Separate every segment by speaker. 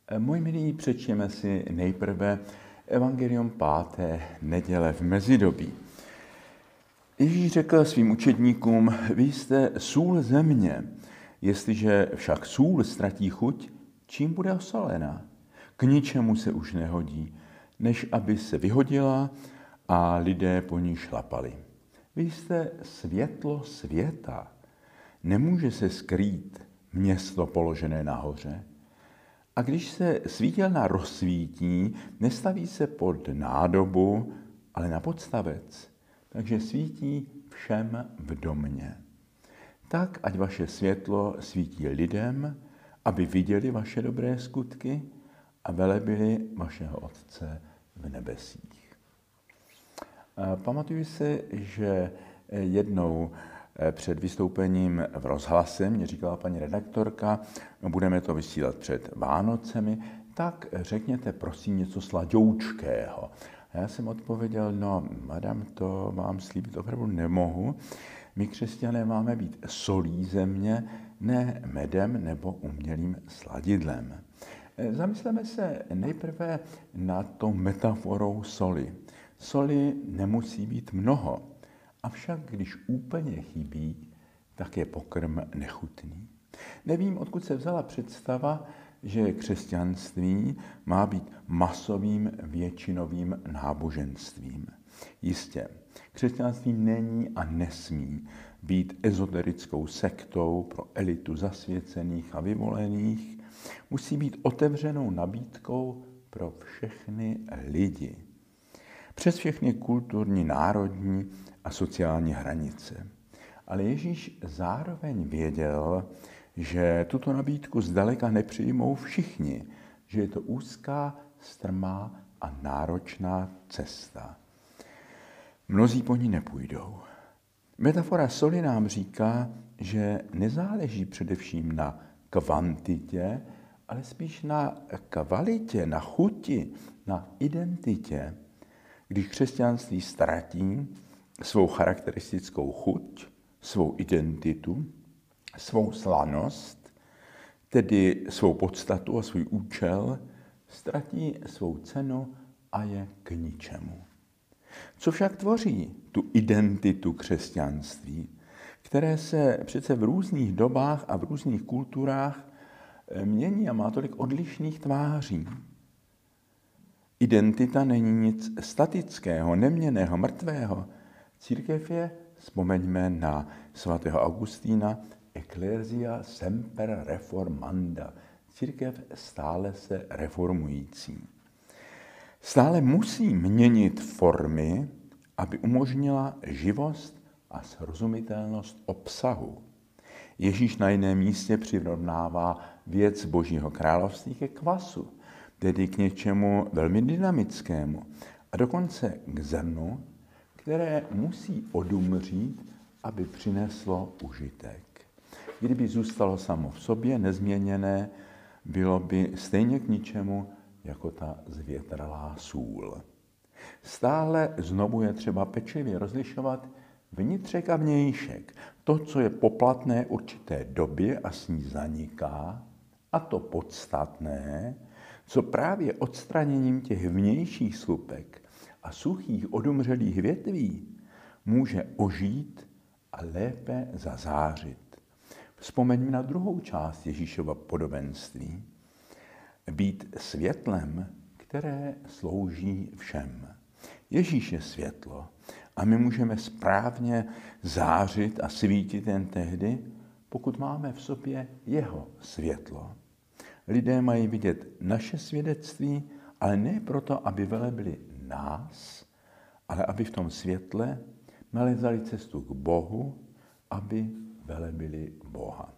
Speaker 1: Moji milí, přečtěme si nejprve Evangelium 5. neděle v mezidobí. Ježíš řekl svým učedníkům, vy jste sůl země, jestliže však sůl ztratí chuť, čím bude osolena? K ničemu se už nehodí, než aby se vyhodila a lidé po ní šlapali. Vy jste světlo světa. Nemůže se skrýt město položené nahoře. A když se svítilna rozsvítí, nestaví se pod nádobu, ale na podstavec, takže svítí všem v domě. Tak, ať vaše světlo svítí lidem, aby viděli vaše dobré skutky a velebili vašeho Otce v nebesích. Pamatuju si, že jednou před vystoupením v rozhlase mě říkala paní redaktorka, budeme to vysílat před Vánocemi, tak řekněte prosím něco sladoučkého. A já jsem odpověděl, no madam, to vám slíbit opravdu nemohu. My křesťané máme být solí země, ne medem nebo umělým sladidlem. Zamysleme se nejprve nad tou metaforou soli. Soli nemusí být mnoho. Avšak když úplně chybí, tak je pokrm nechutný. Nevím, odkud se vzala představa, že křesťanství má být masovým většinovým náboženstvím. Jistě, křesťanství není a nesmí být ezoterickou sektou pro elitu zasvěcených a vyvolených. Musí být otevřenou nabídkou pro všechny lidi. Přes všechny kulturní, národní a sociální hranice. Ale Ježíš zároveň věděl, že tuto nabídku zdaleka nepřijmou všichni, že je to úzká, strmá a náročná cesta. Mnozí po ní nepůjdou. Metafora soli nám říká, že nezáleží především na kvantitě, ale spíš na kvalitě, na chuti, na identitě. Když křesťanství ztratí svou charakteristickou chuť, svou identitu, svou slanost, tedy svou podstatu a svůj účel, ztratí svou cenu a je k ničemu. Co však tvoří tu identitu křesťanství, které se přece v různých dobách a v různých kulturách mění a má tolik odlišných tváří? Identita není nic statického, neměnného, mrtvého. Církev je, vzpomeňme na svatého Augustína, ecclesia semper reformanda. Církev stále se reformující. Stále musí měnit formy, aby umožnila živost a srozumitelnost obsahu. Ježíš na jiném místě přirovnává věc Božího království ke kvasu, tedy k něčemu velmi dynamickému a dokonce k zrnu, které musí odumřít, aby přineslo užitek. Kdyby zůstalo samo v sobě nezměněné, bylo by stejně k ničemu jako ta zvětralá sůl. Stále znovu je třeba pečlivě rozlišovat vnitřek a vnějšek. To, co je poplatné určité době a s ní zaniká, a to podstatné, co právě odstraněním těch vnějších slupek a suchých odumřelých větví může ožít a lépe zazářit. Vzpomeňme na druhou část Ježíšova podobenství. Být světlem, které slouží všem. Ježíš je světlo a my můžeme správně zářit a svítit jen tehdy, pokud máme v sobě jeho světlo. Lidé mají vidět naše svědectví, ale ne proto, aby velebili nás, ale aby v tom světle nalezali cestu k Bohu, aby velebili Boha.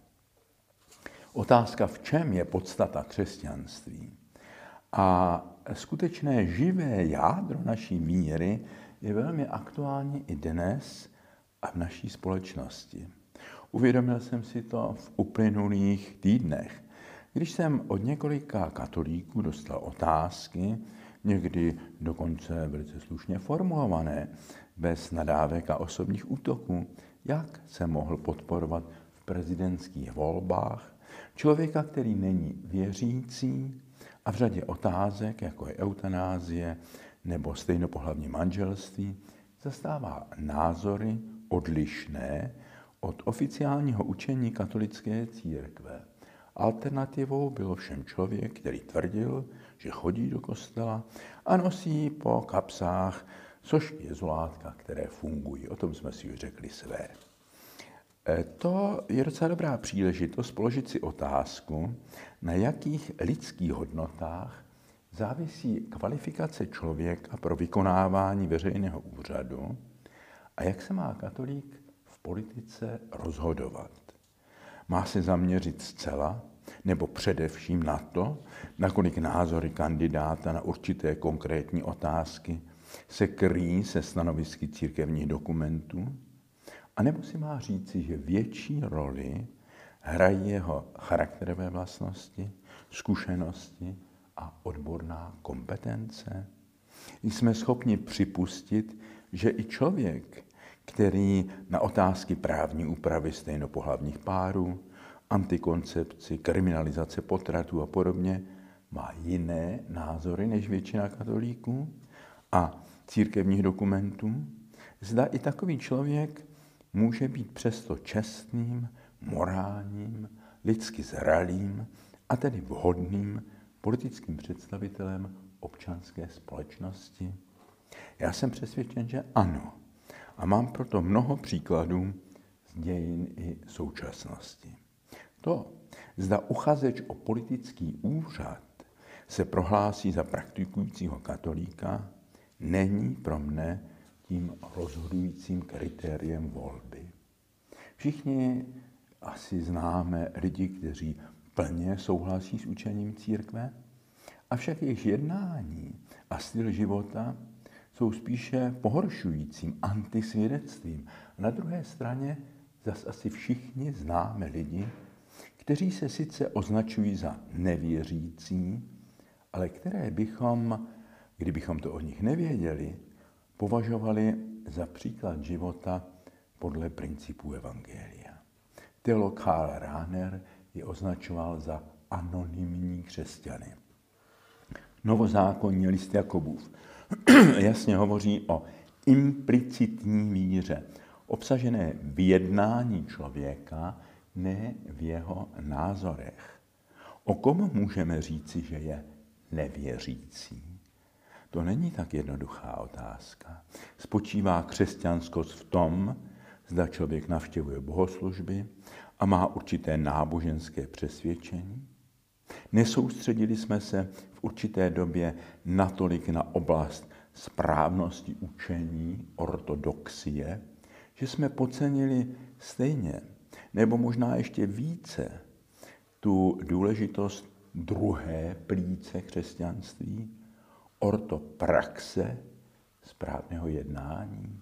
Speaker 1: Otázka, v čem je podstata křesťanství a skutečné živé jádro naší víry je velmi aktuální i dnes a v naší společnosti. Uvědomil jsem si to v uplynulých týdnech, když jsem od několika katolíků dostal otázky, někdy dokonce velice slušně formulované, bez nadávek a osobních útoků, jak se mohl podporovat v prezidentských volbách člověka, který není věřící a v řadě otázek, jako je eutanázie nebo stejnopohlavní manželství, zastává názory odlišné od oficiálního učení katolické církve. Alternativou byl ovšem člověk, který tvrdil, že chodí do kostela a nosí po kapsách sošky jezulátka, které fungují. O tom jsme si už řekli své. To je docela dobrá příležitost položit si otázku, na jakých lidských hodnotách závisí kvalifikace člověka pro vykonávání veřejného úřadu a jak se má katolík v politice rozhodovat. Má se zaměřit zcela nebo především na to, nakolik názory kandidáta na určité konkrétní otázky se kryjí se stanovisky církevních dokumentů, anebo si má říci, že větší roli hrají jeho charakterové vlastnosti, zkušenosti a odborná kompetence. Jsme schopni připustit, že i člověk, který na otázky právní úpravy stejnopohlavních párů, antikoncepci, kriminalizace potratů a podobně, má jiné názory než většina katolíků a církevních dokumentů, zda i takový člověk může být přesto čestným, morálním, lidsky zralým a tedy vhodným politickým představitelem občanské společnosti? Já jsem přesvědčen, že ano. A mám proto mnoho příkladů z dějin i současnosti. To, zda uchazeč o politický úřad se prohlásí za praktikujícího katolíka, není pro mne tím rozhodujícím kritériem volby. Všichni asi známe lidi, kteří plně souhlasí s učením církve, avšak jejich jednání a styl života jsou spíše pohoršujícím antisvědectvím. Na druhé straně zas asi všichni známe lidi, kteří se sice označují za nevěřící, ale které bychom, kdybychom to o nich nevěděli, považovali za příklad života podle principů evangelia. Teolog Karl Rahner je označoval za anonymní křesťany. Novozákonní list Jakobův jasně hovoří o implicitní víře, obsažené v jednání člověka, ne v jeho názorech. O kom můžeme říci, že je nevěřící? To není tak jednoduchá otázka. Spočívá křesťanskost v tom, zda člověk navštěvuje bohoslužby a má určité náboženské přesvědčení? Nesoustředili jsme se v určité době natolik na oblast správnosti učení, ortodoxie, že jsme podcenili stejně, nebo možná ještě více, tu důležitost druhé plíce křesťanství, ortopraxe, správného jednání.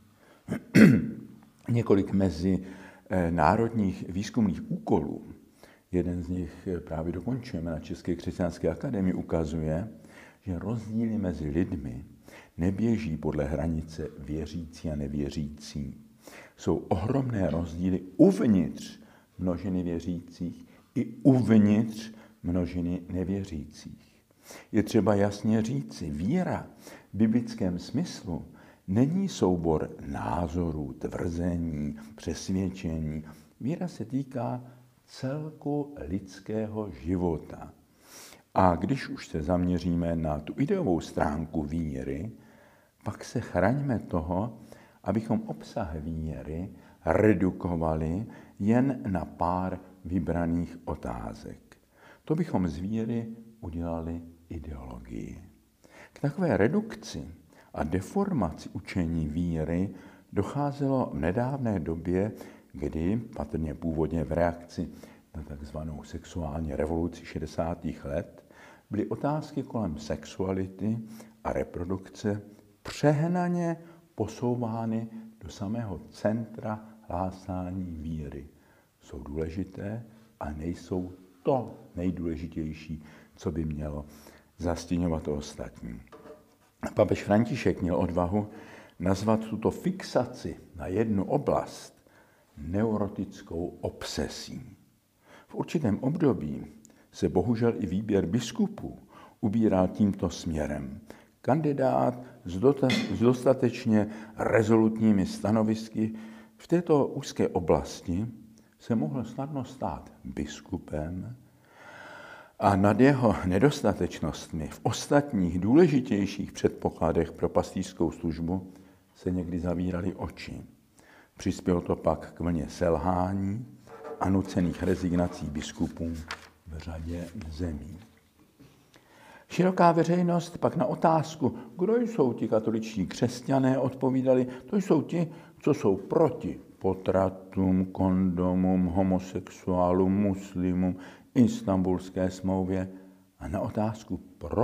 Speaker 1: Několik mezi národních výzkumných úkolů, jeden z nich právě dokončujeme na České křesťanské akademii, ukazuje, že rozdíly mezi lidmi neběží podle hranice věřící a nevěřící. Jsou ohromné rozdíly uvnitř množiny věřících i uvnitř množiny nevěřících. Je třeba jasně říci, víra v biblickém smyslu není soubor názorů, tvrzení, přesvědčení. Víra se týká celku lidského života. A když už se zaměříme na tu ideovou stránku víry, pak se chraňme toho, abychom obsah víry redukovali jen na pár vybraných otázek. To bychom z víry udělali ideologii. K takové redukci a deformaci učení víry docházelo v nedávné době, kdy, patrně původně v reakci na takzvanou sexuální revoluci 60. let, byly otázky kolem sexuality a reprodukce přehnaně posouvány do samého centra hlásání víry. Jsou důležité a nejsou to nejdůležitější, co by mělo zastěňovat to ostatní. Papež František měl odvahu nazvat tuto fixaci na jednu oblast neurotickou obsesí. V určitém období se bohužel i výběr biskupů ubíral tímto směrem. Kandidát s dostatečně rezolutními stanovisky v této úzké oblasti se mohl snadno stát biskupem a nad jeho nedostatečnostmi v ostatních důležitějších předpokladech pro pastýřskou službu se někdy zavíraly oči. Přispělo to pak k vlně selhání a nucených rezignací biskupů v řadě zemí. Široká veřejnost pak na otázku, kdo jsou ti katoličtí křesťané, odpovídali, to jsou ti, co jsou proti potratům, kondomům, homosexuálům, muslimům, Istanbulské smlouvě. A na otázku,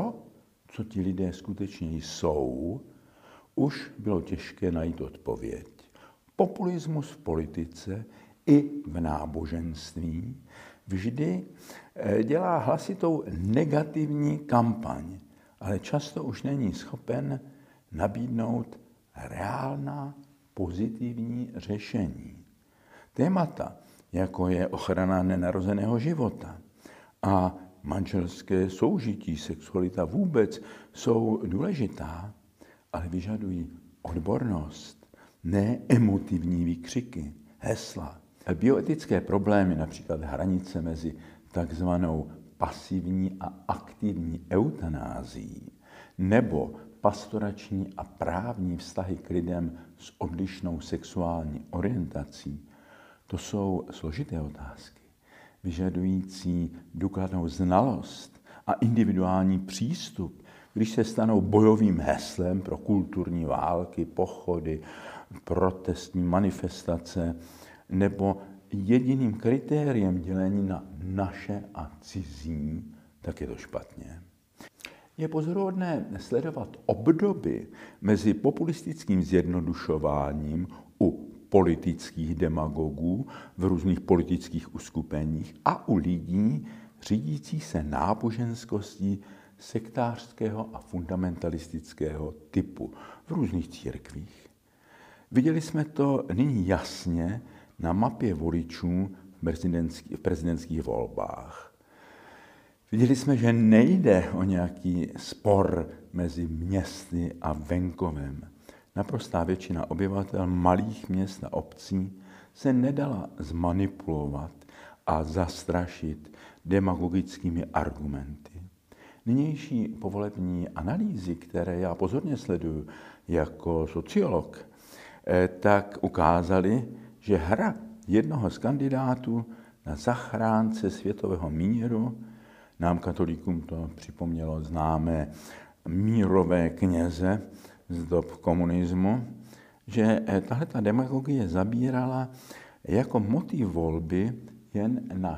Speaker 1: co ti lidé skutečně jsou, už bylo těžké najít odpověď. Populismus v politice i v náboženství vždy dělá hlasitou negativní kampaň, ale často už není schopen nabídnout reálná pozitivní řešení. Témata, jako je ochrana nenarozeného života a manželské soužití, sexualita vůbec, jsou důležitá, ale vyžadují odbornost, ne emotivní výkřiky, hesla. Bioetické problémy, například hranice mezi takzvanou pasivní a aktivní eutanázií nebo pastorační a právní vztahy k lidem s odlišnou sexuální orientací, to jsou složité otázky, vyžadující důkladnou znalost a individuální přístup, když se stanou bojovým heslem pro kulturní války, pochody, protestní manifestace nebo jediným kritériem dělení na naše a cizí, tak je to špatně. Je pozoruhodné sledovat obdoby mezi populistickým zjednodušováním u politických demagogů v různých politických uskupeních a u lidí řídících se náboženskostí sektářského a fundamentalistického typu v různých církvích. Viděli jsme to nyní jasně na mapě voličů v prezidentských volbách. Viděli jsme, že nejde o nějaký spor mezi městy a venkovem. Naprostá většina obyvatel malých měst a obcí se nedala zmanipulovat a zastrašit demagogickými argumenty. Nynější povolební analýzy, které já pozorně sleduju jako sociolog, tak ukázaly, že hra jednoho z kandidátů na zachránce světového míru, nám katolíkům to připomnělo známé mírové kněze z dob komunismu, že tahleta demagogie zabírala jako motiv volby jen na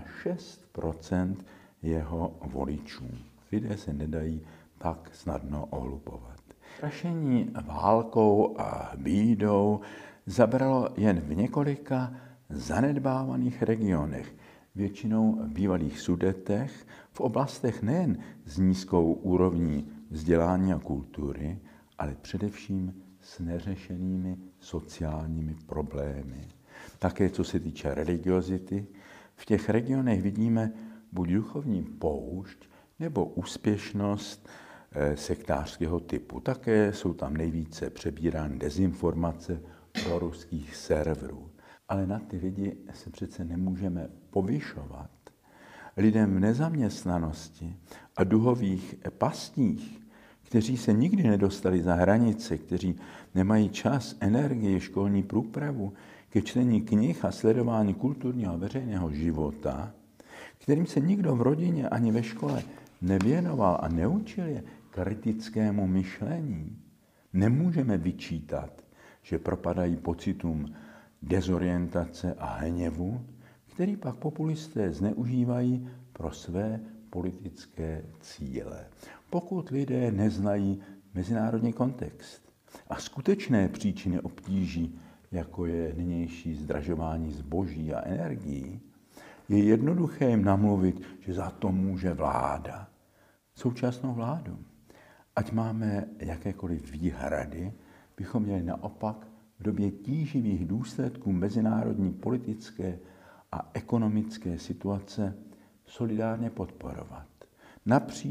Speaker 1: 6% jeho voličů. Lidé se nedají tak snadno ohlupovat. Strašení válkou a bídou zabralo jen v několika zanedbávaných regionech, většinou v bývalých Sudetech, v oblastech nejen s nízkou úrovní vzdělání a kultury, ale především s neřešenými sociálními problémy. Také co se týče religiozity, v těch regionech vidíme buď duchovní poušť nebo úspěšnost sektářského typu. Také jsou tam nejvíce přebírány dezinformace proruských serverů. Ale na ty lidi se přece nemůžeme povyšovat. Lidem v nezaměstnanosti a duhových pastích, kteří se nikdy nedostali za hranice, kteří nemají čas, energii, školní průpravu ke čtení knih a sledování kulturního a veřejného života, kterým se nikdo v rodině ani ve škole nevěnoval a neučil je kritickému myšlení, nemůžeme vyčítat, že propadají pocitům dezorientace a hněvu, který pak populisté zneužívají pro své politické cíle. Pokud lidé neznají mezinárodní kontext a skutečné příčiny obtíží, jako je nynější zdražování zboží a energií, je jednoduché jim namluvit, že za to může vláda. Současnou vládu, ať máme jakékoliv výhrady, bychom měli naopak v době tíživých důsledků mezinárodní politické a ekonomické situace solidárně podporovat napříč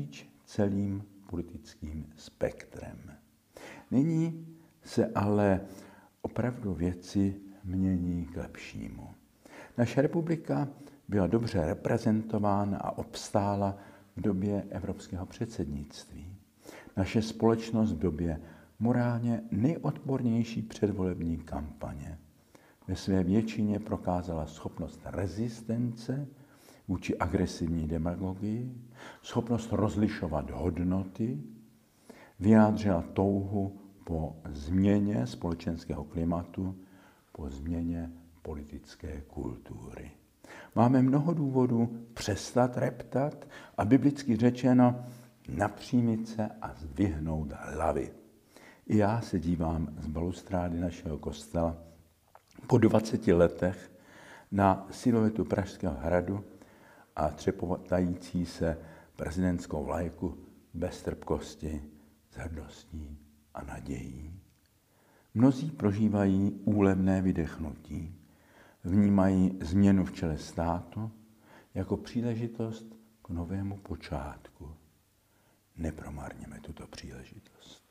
Speaker 1: celým politickým spektrem. Nyní se ale opravdu věci mění k lepšímu. Naše republika byla dobře reprezentována a obstála v době evropského předsednictví. Naše společnost v době morálně nejodpornější předvolební kampaně ve své většině prokázala schopnost rezistence vůči agresivní demagogii, schopnost rozlišovat hodnoty, vyjádřila touhu po změně společenského klimatu, po změně politické kultury. Máme mnoho důvodů přestat reptat a biblicky řečeno napřímit se a zdvihnout hlavy. I já se dívám z balustrády našeho kostela po 20 letech na siluetu Pražského hradu a třepotající se prezidentskou vlajku bez trpkosti, s hrdostí a nadějí. Mnozí prožívají úlevné vydechnutí, vnímají změnu v čele státu jako příležitost k novému počátku. Nepromarněme tuto příležitost.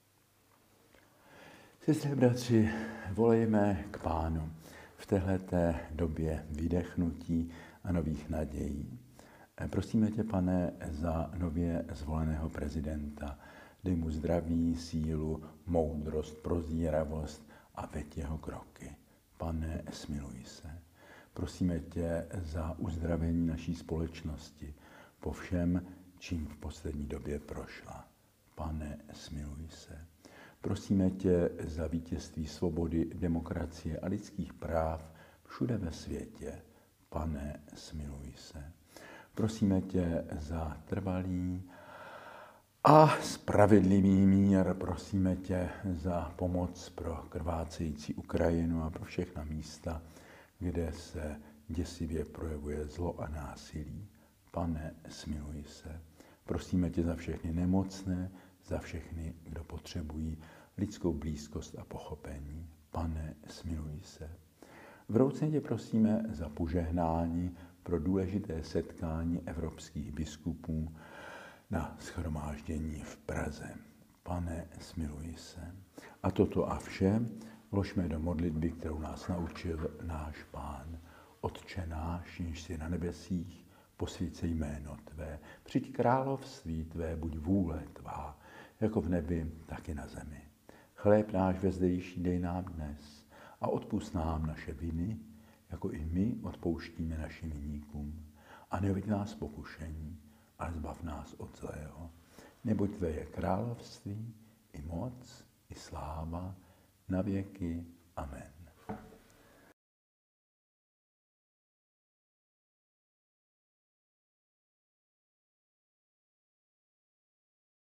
Speaker 1: Sestry, bratři, volejme k Pánu v téhleté době vydechnutí a nových nadějí. Prosíme tě, Pane, za nově zvoleného prezidenta. Dej mu zdraví, sílu, moudrost, prozíravost a veď jeho kroky. Pane, smiluj se. Prosíme tě za uzdravení naší společnosti po všem, čím v poslední době prošla. Pane, smiluj se. Prosíme tě za vítězství svobody, demokracie a lidských práv všude ve světě. Pane, smiluj se. Prosíme tě za trvalý a spravedlivý mír. Prosíme tě za pomoc pro krvácející Ukrajinu a pro všechna místa, kde se děsivě projevuje zlo a násilí. Pane, smiluj se. Prosíme tě za všechny nemocné, za všechny, kdo potřebují lidskou blízkost a pochopení. Pane, smiluj se. Vroucně tě prosíme za požehnání pro důležité setkání evropských biskupů na shromáždění v Praze. Pane, smiluj se. A toto a vše vložme do modlitby, kterou nás naučil náš Pán. Otče náš, jenž jsi na nebesích, posvěť se jméno tvé, přijď království tvé, buď vůle tvá, jako v nebi, tak i na zemi. Chléb náš vezdejší dej nám dnes a odpusť nám naše viny, jako i my odpouštíme našim viníkům. A neveď nás pokušení, ale zbav nás od zlého. Neboť tvé je království, i moc, i sláva, na věky. Amen.